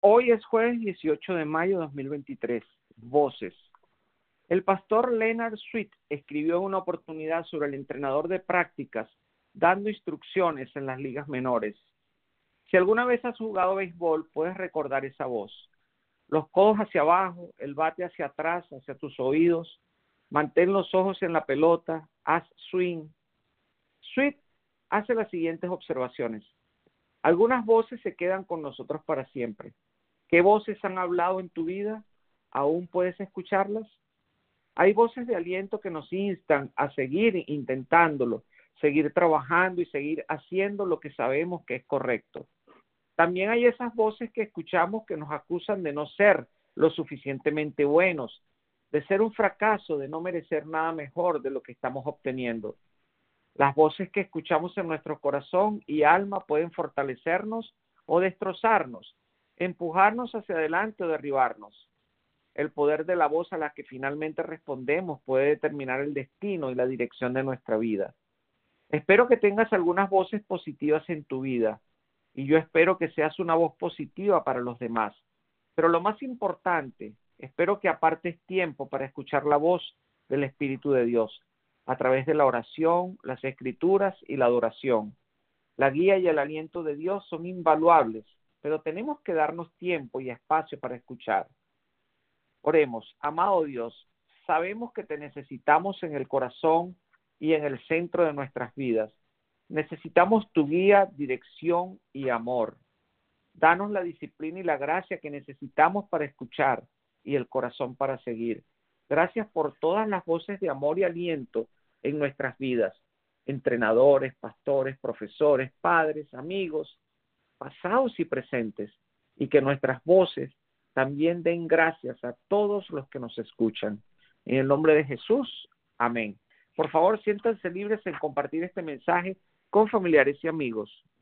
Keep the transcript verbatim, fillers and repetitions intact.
Hoy es jueves dieciocho de mayo de dos mil veintitrés. Voces. El pastor Leonard Sweet escribió en una oportunidad sobre el entrenador de prácticas dando instrucciones en las ligas menores. Si alguna vez has jugado béisbol, puedes recordar esa voz. Los codos hacia abajo, el bate hacia atrás, hacia tus oídos. Mantén los ojos en la pelota, haz swing. Sweet hace las siguientes observaciones. Algunas voces se quedan con nosotros para siempre. ¿Qué voces han hablado en tu vida? ¿Aún puedes escucharlas? Hay voces de aliento que nos instan a seguir intentándolo, seguir trabajando y seguir haciendo lo que sabemos que es correcto. También hay esas voces que escuchamos que nos acusan de no ser lo suficientemente buenos, de ser un fracaso, de no merecer nada mejor de lo que estamos obteniendo. Las voces que escuchamos en nuestro corazón y alma pueden fortalecernos o destrozarnos, empujarnos hacia adelante o derribarnos. El poder de la voz a la que finalmente respondemos puede determinar el destino y la dirección de nuestra vida. Espero que tengas algunas voces positivas en tu vida y yo espero que seas una voz positiva para los demás. Pero lo más importante, espero que apartes tiempo para escuchar la voz del Espíritu de Dios a través de la oración, las escrituras y la adoración. La guía y el aliento de Dios son invaluables, pero tenemos que darnos tiempo y espacio para escuchar. Oremos. Amado Dios, sabemos que te necesitamos en el corazón y en el centro de nuestras vidas. Necesitamos tu guía, dirección y amor. Danos la disciplina y la gracia que necesitamos para escuchar y el corazón para seguir. Gracias por todas las voces de amor y aliento en nuestras vidas. Entrenadores, pastores, profesores, padres, amigos, pasados y presentes. Y que nuestras voces también den gracias a todos los que nos escuchan. En el nombre de Jesús, amén. Por favor, siéntanse libres en compartir este mensaje con familiares y amigos.